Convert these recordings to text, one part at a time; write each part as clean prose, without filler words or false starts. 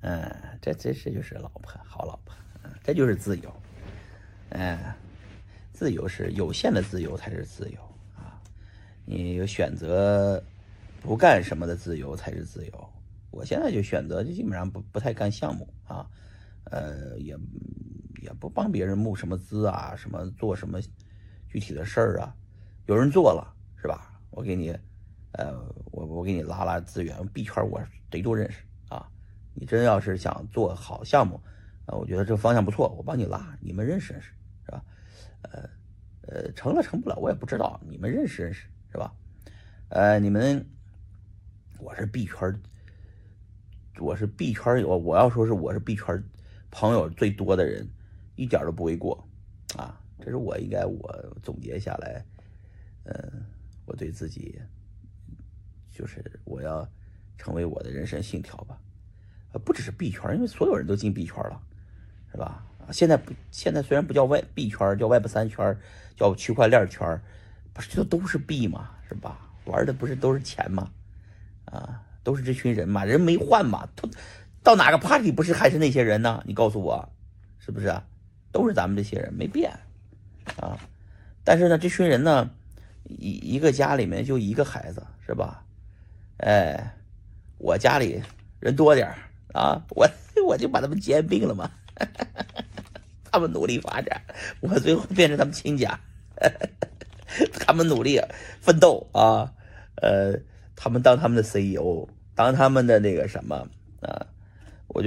这就是老婆，好老婆，这就是自由。自由是有限的自由才是自由啊！你有选择不干什么的自由才是自由。我现在就选择，就基本上不太干项目啊，也不帮别人募什么资啊，什么做什么具体的事儿啊。有人做了是吧？我给你，我给你拉资源，币圈我谁都认识啊。你真要是想做好项目，我觉得这个方向不错，我帮你拉，你们认识认识是吧？成了成不了我也不知道，你们认识认识是吧？你们，我是币圈，我要说是我是币圈朋友最多的人，一点都不为过啊！这是我总结下来，我对自己就是我要成为我的人生信条吧。不只是币圈，因为所有人都进币圈了，是吧？现在虽然不叫币圈，叫Web3圈，叫区块链圈，不是这都是币嘛，是吧？玩的不是都是钱吗？都是这群人嘛，人没换嘛，到哪个 party 不是还是那些人呢？你告诉我，是不是啊？都是咱们这些人，没变啊。但是呢，这群人呢，一个家里面就一个孩子，是吧？我家里人多点啊，我就把他们兼并了嘛。他们努力发展，我最后变成他们亲家。他们努力奋斗啊，他们当他们的 CEO， 当他们的那个什么啊，我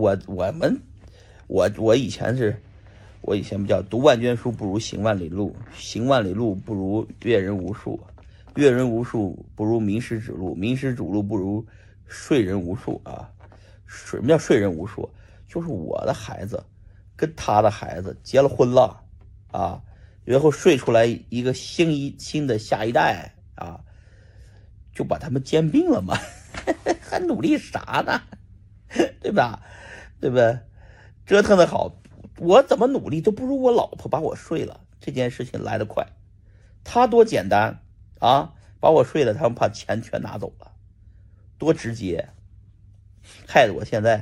以前不叫读万卷书不如行万里路，行万里路不如阅人无数，阅人无数不如名师指路，名师指路不如睡人无数啊。什么叫睡人无数？就是我的孩子跟他的孩子结了婚了啊，然后睡出来一个新的下一代啊，就把他们兼并了嘛。还努力啥呢？对吧？对不对？折腾的好，我怎么努力都不如我老婆把我睡了，这件事情来得快。他多简单啊，把我睡了，他们把钱全拿走了，多直接，害得我现在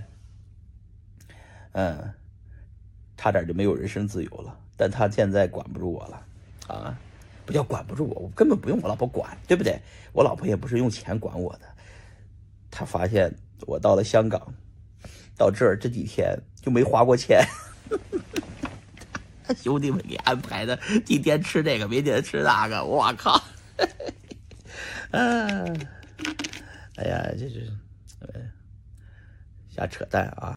差点就没有人身自由了。但他现在管不住我了啊，不叫管不住我根本不用我老婆管，对不对？我老婆也不是用钱管我的。他发现我到了香港，到这儿这几天就没花过钱。兄弟们给安排的，今天吃这个，明天吃那个，我靠！哎呀，这是瞎扯淡啊！